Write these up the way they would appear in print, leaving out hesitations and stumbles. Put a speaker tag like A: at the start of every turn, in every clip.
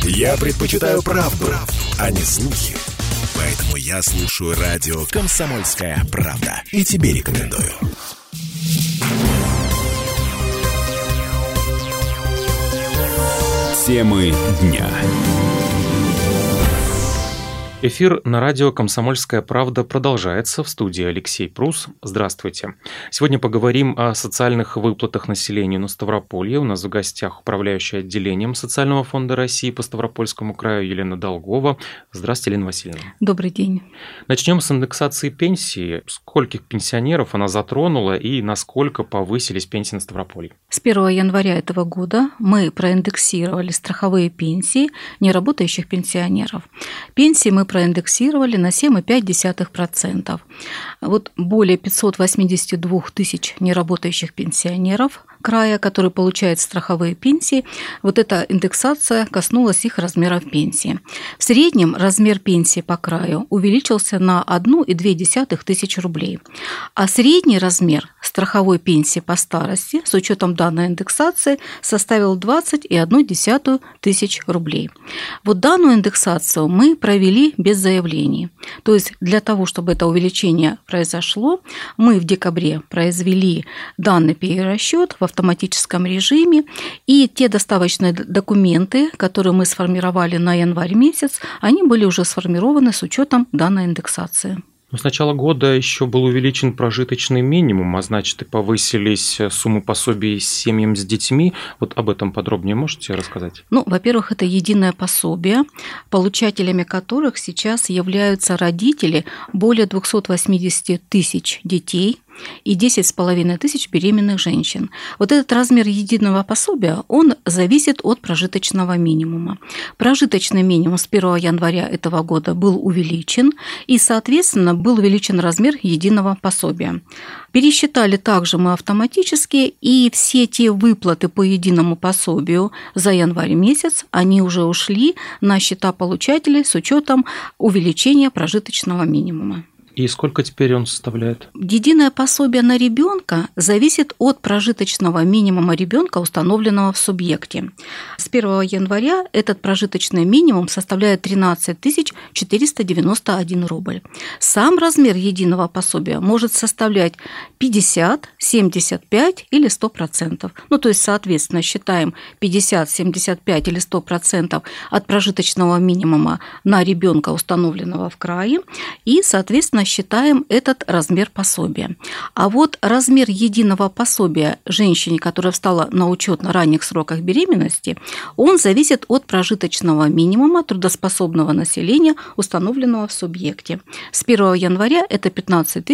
A: Я предпочитаю правду, а не слухи. Поэтому я слушаю радио «Комсомольская правда». И тебе рекомендую. Темы дня.
B: Эфир на радио «Комсомольская правда» продолжается. В студии Алексей Прус. Здравствуйте. Сегодня поговорим о социальных выплатах населению на Ставрополье. У нас в гостях управляющая отделением Социального фонда России по Ставропольскому краю Елена Долгова. Здравствуйте, Елена Васильевна.
C: Добрый день.
B: Начнем с индексации пенсии. Скольких пенсионеров она затронула и насколько повысились пенсии на Ставрополье?
C: С 1 января этого года мы проиндексировали страховые пенсии неработающих пенсионеров. Пенсии мы проиндексировали на 7,5%. Вот более 582 тысяч неработающих пенсионеров края, которые получают страховые пенсии, вот эта индексация коснулась их размеров пенсии. В среднем размер пенсии по краю увеличился на 1,2 тысячи рублей, а средний размер страховой пенсии по старости с учетом данной индексации составил 20,1 тысяч рублей. Вот данную индексацию мы провели без заявлений. То есть для того, чтобы это увеличение произошло, мы в декабре произвели данный перерасчет в автоматическом режиме, и те доставочные документы, которые мы сформировали на январь месяц, они были уже сформированы с учетом данной индексации.
B: С начала года еще был увеличен прожиточный минимум, а значит и повысились суммы пособий семьям с детьми. Вот об этом подробнее можете рассказать?
C: Во-первых, это единое пособие, получателями которых сейчас являются родители более 280 тысяч детей и 10,5 тысяч беременных женщин. Вот этот размер единого пособия, он зависит от прожиточного минимума. Прожиточный минимум с 1 января этого года был увеличен, и, соответственно, был увеличен размер единого пособия. Пересчитали также мы автоматически, и все те выплаты по единому пособию за январь месяц, они уже ушли на счета получателей с учетом увеличения прожиточного минимума.
B: И сколько теперь он составляет?
C: Единое пособие на ребенка зависит от прожиточного минимума ребенка, установленного в субъекте. С 1 января этот прожиточный минимум составляет 13 491 рубль. Сам размер единого пособия может составлять 50, 75 или 100%. То есть, соответственно, считаем 50, 75 или 100% от прожиточного минимума на ребенка, установленного в крае, и, соответственно, считаем этот размер пособия. А вот размер единого пособия женщине, которая встала на учет на ранних сроках беременности, он зависит от прожиточного минимума трудоспособного населения, установленного в субъекте. С 1 января это 15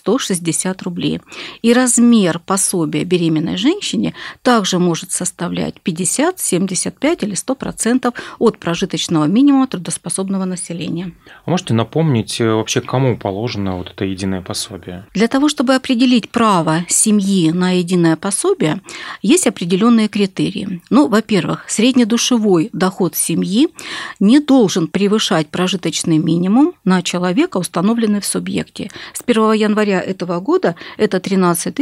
C: 160 рублей. И размер пособия беременной женщине также может составлять 50, 75 или 100% от прожиточного минимума трудоспособного населения.
B: А можете напомнить вообще, кому положено вот это единое пособие?
C: Для того, чтобы определить право семьи на единое пособие, есть определенные критерии. Во-первых, среднедушевой доход семьи не должен превышать прожиточный минимум на человека, установленный в субъекте. С 1 января этого года это 13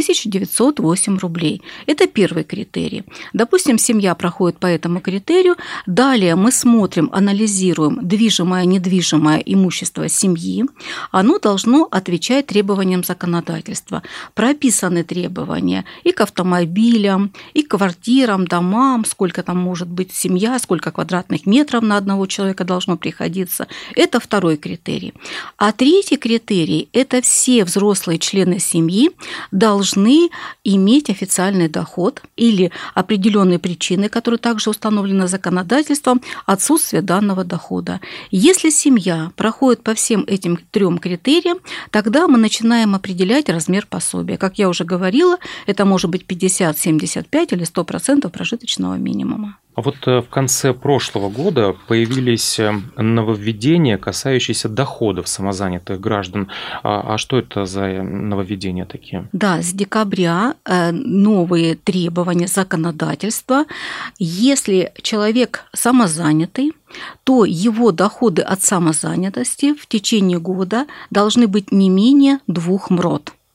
C: 908 рублей. Это первый критерий. Допустим, семья проходит по этому критерию. Далее мы смотрим, анализируем движимое, недвижимое имущество семьи. Оно должно отвечать требованиям законодательства. Прописаны требования и к автомобилям, и к квартирам, домам, сколько там может быть семья, сколько квадратных метров на одного человека должно приходиться. Это второй критерий. А третий критерий – это все взрослые члены семьи должны иметь официальный доход или определенные причины, которые также установлены законодательством, отсутствие данного дохода. Если семья проходит по всем этим трем критериям, тогда мы начинаем определять размер пособия. Как я уже говорила, это может быть 50, 75 или 100% прожиточного минимума.
B: А вот в конце прошлого года появились нововведения, касающиеся доходов самозанятых граждан. А что это за нововведения такие?
C: Да, с декабря новые требования законодательства. Если человек самозанятый, то его доходы от самозанятости в течение года должны быть не менее 2 МРОТ.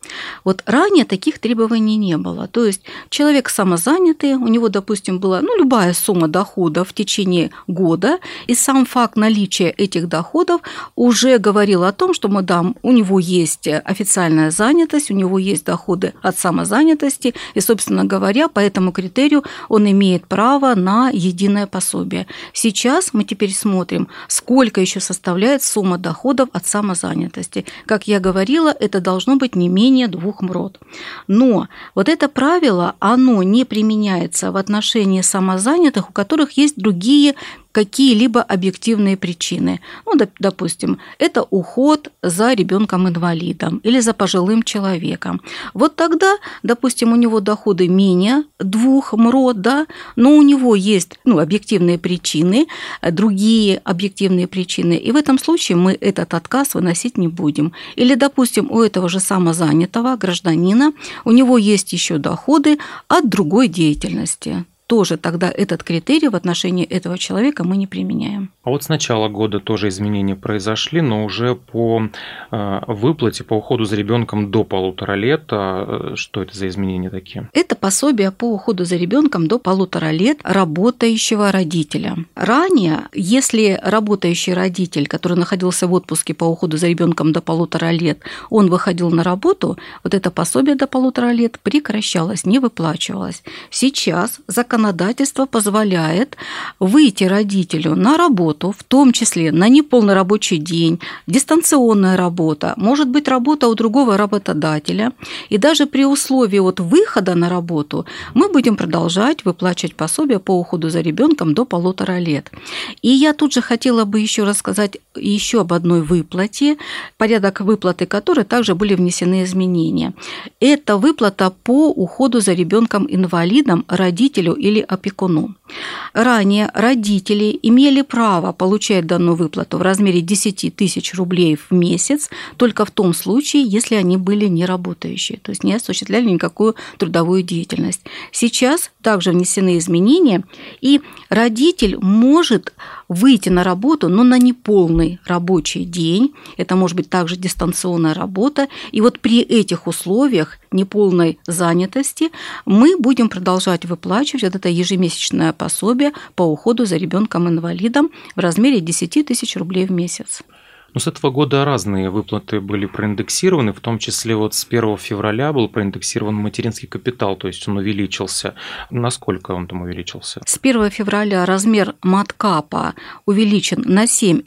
C: Вот ранее таких требований не было. То есть человек самозанятый, у него, допустим, была любая сумма дохода в течение года, и сам факт наличия этих доходов уже говорил о том, что у него есть официальная занятость, у него есть доходы от самозанятости, и, собственно говоря, по этому критерию он имеет право на единое пособие. Сейчас мы теперь смотрим, сколько еще составляет сумма доходов от самозанятости. Как я говорила, это должно быть не менее 2 МРОТ. Но вот это правило, оно не применяется в отношении самозанятых, у которых есть другие какие-либо объективные причины. Допустим, это уход за ребенком-инвалидом или за пожилым человеком. Вот тогда, допустим, у него доходы менее 2 МРОТ, но у него есть объективные причины, другие объективные причины, и в этом случае мы этот отказ выносить не будем. Или, допустим, у этого же самозанятого гражданина у него есть еще доходы от другой деятельности. Тоже тогда этот критерий в отношении этого человека мы не применяем.
B: А вот с начала года тоже изменения произошли, но уже по выплате, по уходу за ребенком до 1,5 лет. Что это за изменения такие?
C: Это пособие по уходу за ребенком до 1,5 лет работающего родителя. Ранее, если работающий родитель, который находился в отпуске по уходу за ребенком до 1,5 лет, он выходил на работу, вот это пособие до 1,5 лет прекращалось, не выплачивалось. Сейчас законодательство позволяет выйти родителю на работу, в том числе на неполный рабочий день, дистанционная работа, может быть, работа у другого работодателя. И даже при условии выхода на работу мы будем продолжать выплачивать пособие по уходу за ребенком до 1,5 лет. И я тут же хотела бы еще рассказать еще об одной выплате, порядок выплаты которой также были внесены изменения. Это выплата по уходу за ребенком-инвалидом родителю или опекуну. Ранее родители имели право получать данную выплату в размере 10 тысяч рублей в месяц только в том случае, если они были неработающие, то есть не осуществляли никакую трудовую деятельность. Сейчас также внесены изменения, и родитель может выйти на работу, но на неполный рабочий день. Это может быть также дистанционная работа. И вот при этих условиях неполной занятости мы будем продолжать выплачивать это ежемесячное пособие по уходу за ребенком-инвалидом в размере 10 тысяч рублей в месяц.
B: Но с этого года разные выплаты были проиндексированы, в том числе с 1 февраля был проиндексирован материнский капитал, то есть он увеличился. Насколько он там увеличился?
C: С 1 февраля размер маткапа увеличен на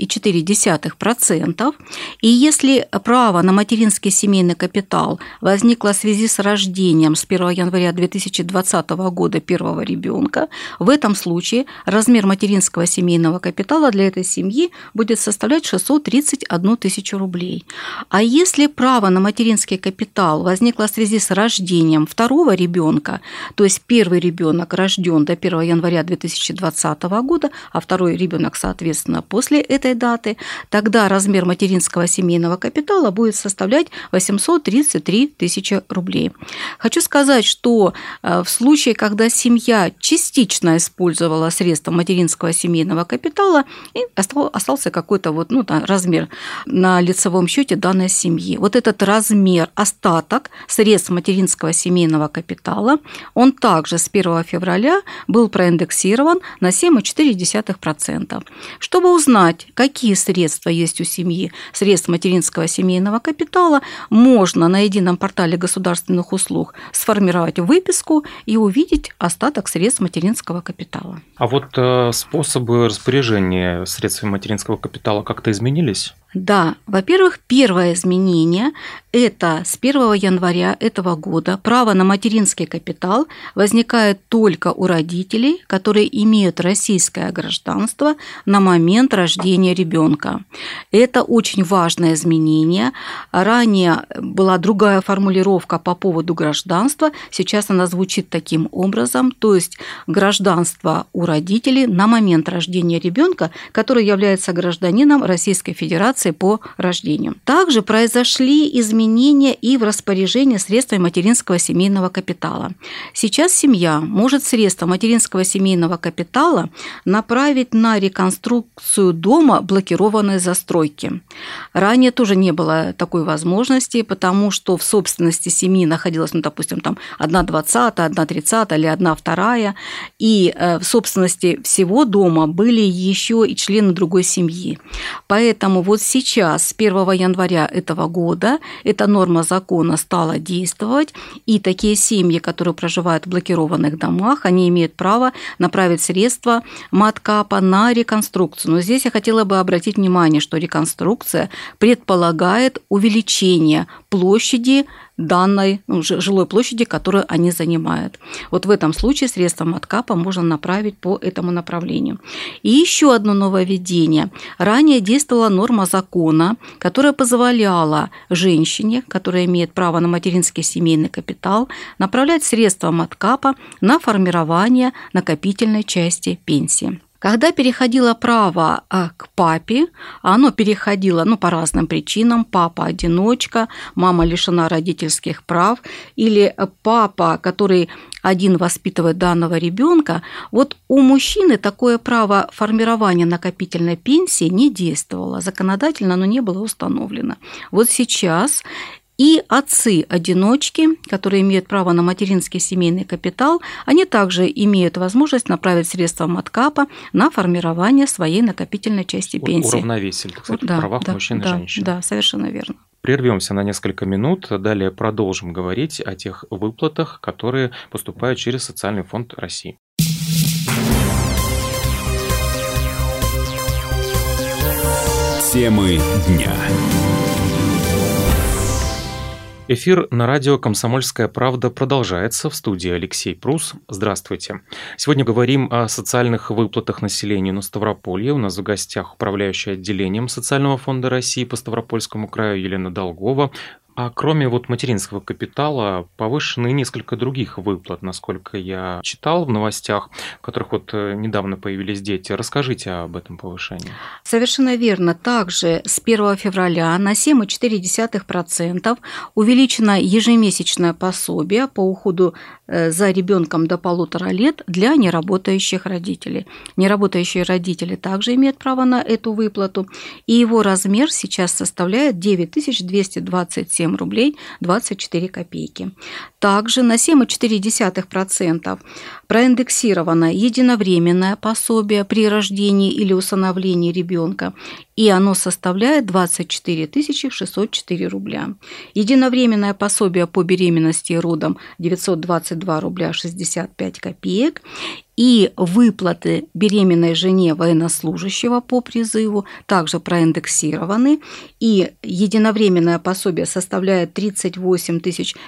C: 7,4%, и если право на материнский семейный капитал возникло в связи с рождением с 1 января 2020 года первого ребенка, в этом случае размер материнского семейного капитала для этой семьи будет составлять 631 тысячу рублей. А если право на материнский капитал возникло в связи с рождением второго ребенка, то есть первый ребенок рожден до 1 января 2020 года, а второй ребенок, соответственно, после этой даты, тогда размер материнского семейного капитала будет составлять 833 тысячи рублей. Хочу сказать, что в случае, когда семья частично использовала средства материнского семейного капитала, и остался какой-то размер на лицевом счете данной семьи. Вот этот размер, остаток средств материнского семейного капитала, он также с 1 февраля был проиндексирован на 7,4%. Чтобы узнать, какие средства есть у семьи, средств материнского семейного капитала, можно на едином портале государственных услуг сформировать выписку и увидеть остаток средств материнского капитала.
B: А способы распоряжения средствами материнского капитала как-то изменились?
C: Да, во-первых, первое изменение – это с 1 января этого года право на материнский капитал возникает только у родителей, которые имеют российское гражданство на момент рождения ребенка. Это очень важное изменение. Ранее была другая формулировка по поводу гражданства, сейчас она звучит таким образом, то есть гражданство у родителей на момент рождения ребенка, который является гражданином Российской Федерации регистрации по рождению. Также произошли изменения и в распоряжении средствами материнского семейного капитала. Сейчас семья может средства материнского семейного капитала направить на реконструкцию дома блокированной застройки. Ранее тоже не было такой возможности, потому что в собственности семьи находилась, допустим, там 1/20, 1/30 или 1/2, и в собственности всего дома были еще и члены другой семьи. Поэтому вот сейчас, с 1 января этого года, эта норма закона стала действовать, и такие семьи, которые проживают в блокированных домах, они имеют право направить средства маткапа на реконструкцию. Но здесь я хотела бы обратить внимание, что реконструкция предполагает увеличение площади данной жилой площади, которую они занимают. Вот в этом случае средства маткапа можно направить по этому направлению. И еще одно нововведение. Ранее действовала норма закона, которая позволяла женщине, которая имеет право на материнский семейный капитал, направлять средства маткапа на формирование накопительной части пенсии. Когда переходило право к папе, оно переходило по разным причинам. Папа-одиночка, мама лишена родительских прав, или папа, который один воспитывает данного ребенка. Вот у мужчины такое право формирования накопительной пенсии не действовало. Законодательно оно не было установлено. Вот сейчас и отцы-одиночки, которые имеют право на материнский семейный капитал, они также имеют возможность направить средства маткапа на формирование своей накопительной части пенсии.
B: Уравновесили, так сказать, в правах мужчин и женщин.
C: Да, совершенно верно.
B: Прервемся на несколько минут, далее продолжим говорить о тех выплатах, которые поступают через Социальный фонд России.
A: Темы дня.
B: Эфир на радио «Комсомольская правда» продолжается. В студии Алексей Прус. Здравствуйте. Сегодня говорим о социальных выплатах населению на Ставрополье. У нас в гостях управляющая отделением Социального фонда России по Ставропольскому краю Елена Долгова. А кроме материнского капитала повышены несколько других выплат, насколько я читал в новостях, в которых недавно появились дети. Расскажите об этом повышении.
C: Совершенно верно. Также с 1 февраля на 7,4% увеличено ежемесячное пособие по уходу за ребенком до 1,5 лет для неработающих родителей. Неработающие родители также имеют право на эту выплату, и его размер сейчас составляет 9227 рублей 24 копейки. Также на 7,4% проиндексировано единовременное пособие при рождении или усыновлении ребенка, и оно составляет 24 604 рубля. Единовременное пособие по беременности и родам 922 рубля 65 копеек. И выплаты беременной жене военнослужащего по призыву также проиндексированы, и единовременное пособие составляет 38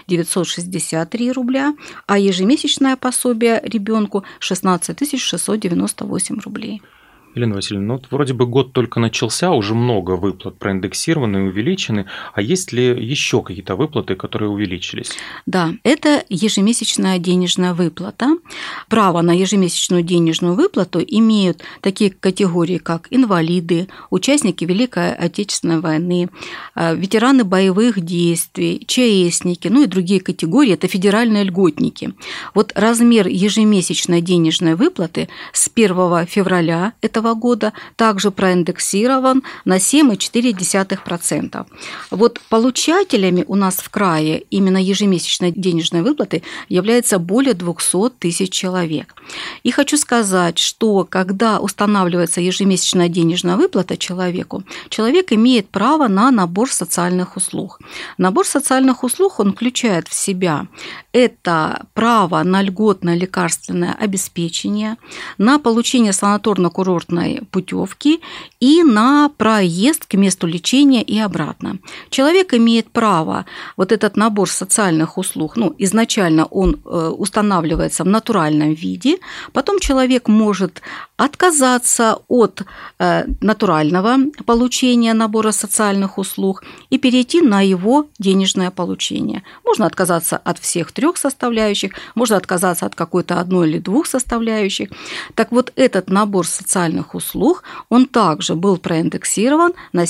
C: 963 рубля, а ежемесячное пособие ребенку 16 698 рублей.
B: Елена Васильевна, вроде бы год только начался, уже много выплат проиндексированы и увеличены, а есть ли еще какие-то выплаты, которые увеличились?
C: Да, это ежемесячная денежная выплата. Право на ежемесячную денежную выплату имеют такие категории, как инвалиды, участники Великой Отечественной войны, ветераны боевых действий, ЧСники, и другие категории, это федеральные льготники. Вот размер ежемесячной денежной выплаты с 1 февраля этого года также проиндексирован на 7,4%. Вот получателями у нас в крае именно ежемесячной денежной выплаты является более 200 тысяч человек. И хочу сказать, что когда устанавливается ежемесячная денежная выплата человеку, человек имеет право на набор социальных услуг. Набор социальных услуг, он включает в себя это право на льготное лекарственное обеспечение, на получение санаторно-курортной путевки и на проезд к месту лечения и обратно. Человек имеет право этот набор социальных услуг, изначально он устанавливается в натуральном виде, потом человек может отказаться от натурального получения набора социальных услуг и перейти на его денежное получение. Можно отказаться от всех 3 составляющих, можно отказаться от какой-то одной или 2 составляющих. Так вот, этот набор социальных государственных услуг, он также был проиндексирован на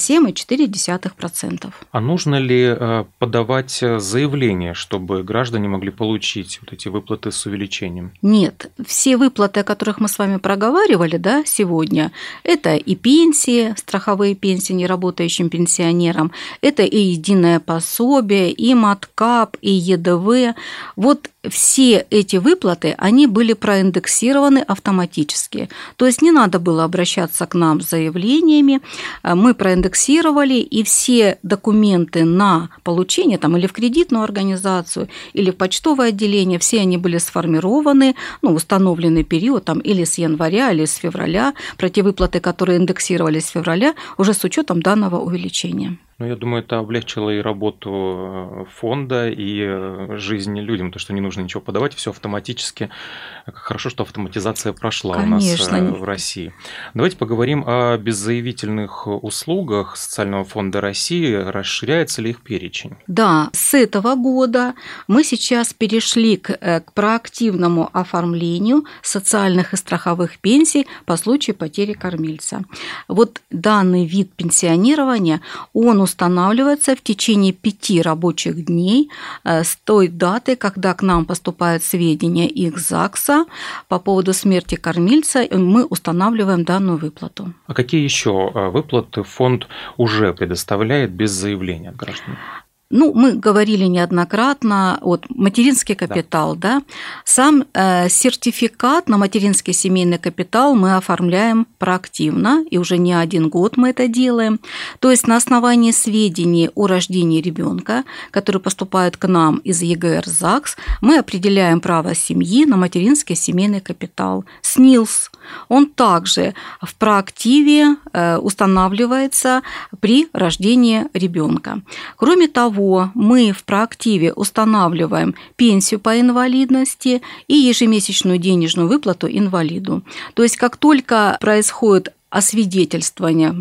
C: 7,4%.
B: А нужно ли подавать заявление, чтобы граждане могли получить вот эти выплаты с увеличением?
C: Нет, все выплаты, о которых мы с вами проговаривали, да, сегодня, это и пенсии, страховые пенсии неработающим пенсионерам, это и единое пособие, и МАТКАП, и ЕДВ. Вот все эти выплаты, они были проиндексированы автоматически. То есть не надо было обращаться к нам с заявлениями, мы проиндексировали, и все документы на получение там, или в кредитную организацию, или в почтовое отделение, все они были сформированы, установленный период там, или с января, или с февраля, про те выплаты, которые индексировались с февраля, уже с учетом данного увеличения.
B: Я думаю, это облегчило и работу фонда, и жизнь людям, то, что не нужно ничего подавать, все автоматически. Хорошо, что автоматизация прошла. Конечно. У нас в России. Давайте поговорим о беззаявительных услугах Социального фонда России. Расширяется ли их перечень?
C: Да, с этого года мы сейчас перешли к проактивному оформлению социальных и страховых пенсий по случаю потери кормильца. Вот данный вид пенсионирования, он устанавливается в течение 5 рабочих дней с той даты, когда к нам поступают сведения их ЗАГСа по поводу смерти кормильца, мы устанавливаем данную выплату.
B: А какие еще выплаты фонд уже предоставляет без заявления от граждан?
C: Мы говорили неоднократно, материнский капитал, да. Сам сертификат на материнский семейный капитал мы оформляем проактивно, и уже не 1 год мы это делаем. То есть на основании сведений о рождении ребенка, которые поступают к нам из ЕГР ЗАГС, мы определяем право семьи на материнский семейный капитал. СНИЛС, он также в проактиве устанавливается при рождении ребенка. Кроме того, мы в проактиве устанавливаем пенсию по инвалидности и ежемесячную денежную выплату инвалиду. То есть как только происходит освидетельствование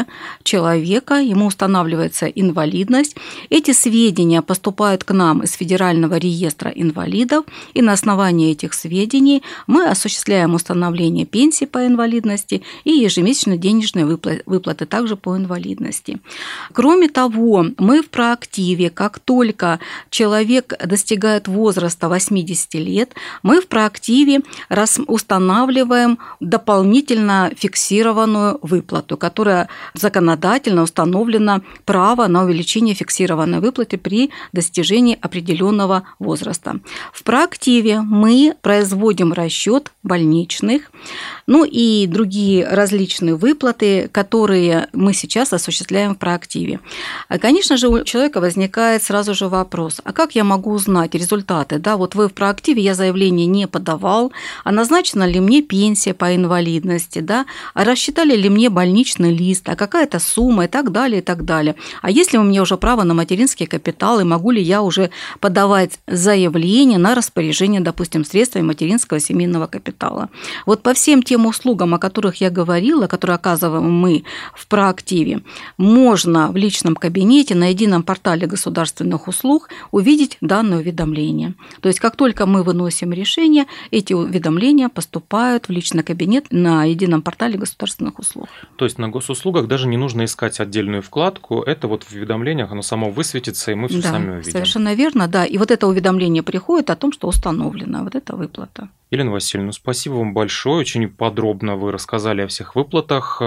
C: человека, ему устанавливается инвалидность. Эти сведения поступают к нам из Федерального реестра инвалидов, и на основании этих сведений мы осуществляем установление пенсии по инвалидности и ежемесячные денежные выплаты также по инвалидности. Кроме того, мы в проактиве, как только человек достигает возраста 80 лет, мы в проактиве устанавливаем дополнительно фиксированную выплату, которая законодательно установлено право на увеличение фиксированной выплаты при достижении определенного возраста. В проактиве мы производим расчет больничных, и другие различные выплаты, которые мы сейчас осуществляем в проактиве. Конечно же, у человека возникает сразу же вопрос: а как я могу узнать результаты? Да, вы в проактиве, я заявление не подавал, а назначена ли мне пенсия по инвалидности, да, а рассчитали ли мне больничный лист, а какая-то сумма и так далее, и так далее. А есть ли у меня уже право на материнский капитал, и могу ли я уже подавать заявление на распоряжение, допустим, средствами материнского семейного капитала? По всем тем услугам, о которых я говорила, которые оказываем мы в проактиве, можно в личном кабинете на едином портале государственных услуг увидеть данное уведомление. То есть как только мы выносим решение, эти уведомления поступают в личный кабинет на едином портале государственных услуг.
B: То есть на госуслугах даже не нужно искать отдельную вкладку, это в уведомлениях оно само высветится, и мы все сами увидим.
C: Совершенно верно, да. И это уведомление приходит о том, что установлена эта выплата.
B: Елена Васильевна, спасибо вам большое. Очень подробно вы рассказали о всех выплатах.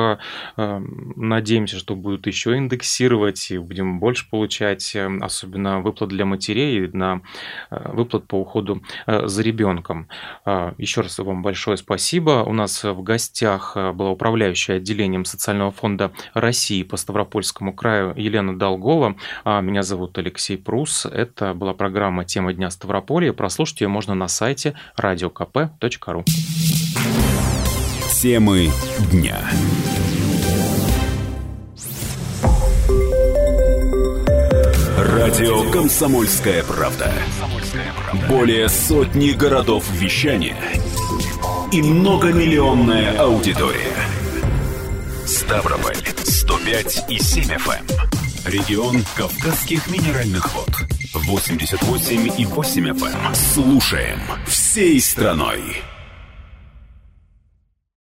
B: Надеемся, что будут еще индексировать и будем больше получать, особенно выплат для матерей и на выплат по уходу за ребенком. Еще раз вам большое спасибо. У нас в гостях была управляющая отделением Социального фонда России по Ставропольскому краю Елена Долгова. Меня зовут Алексей Прус. Это была программа «Тема дня Ставрополья». Прослушать ее можно на сайте radiokp.ru.
A: Темы дня. Радио «Комсомольская правда». Более сотни городов вещания и многомиллионная аудитория. Ставрополь 105,7 FM. Регион Кавказских минеральных вод 88,8 FM. Слушаем всей страной.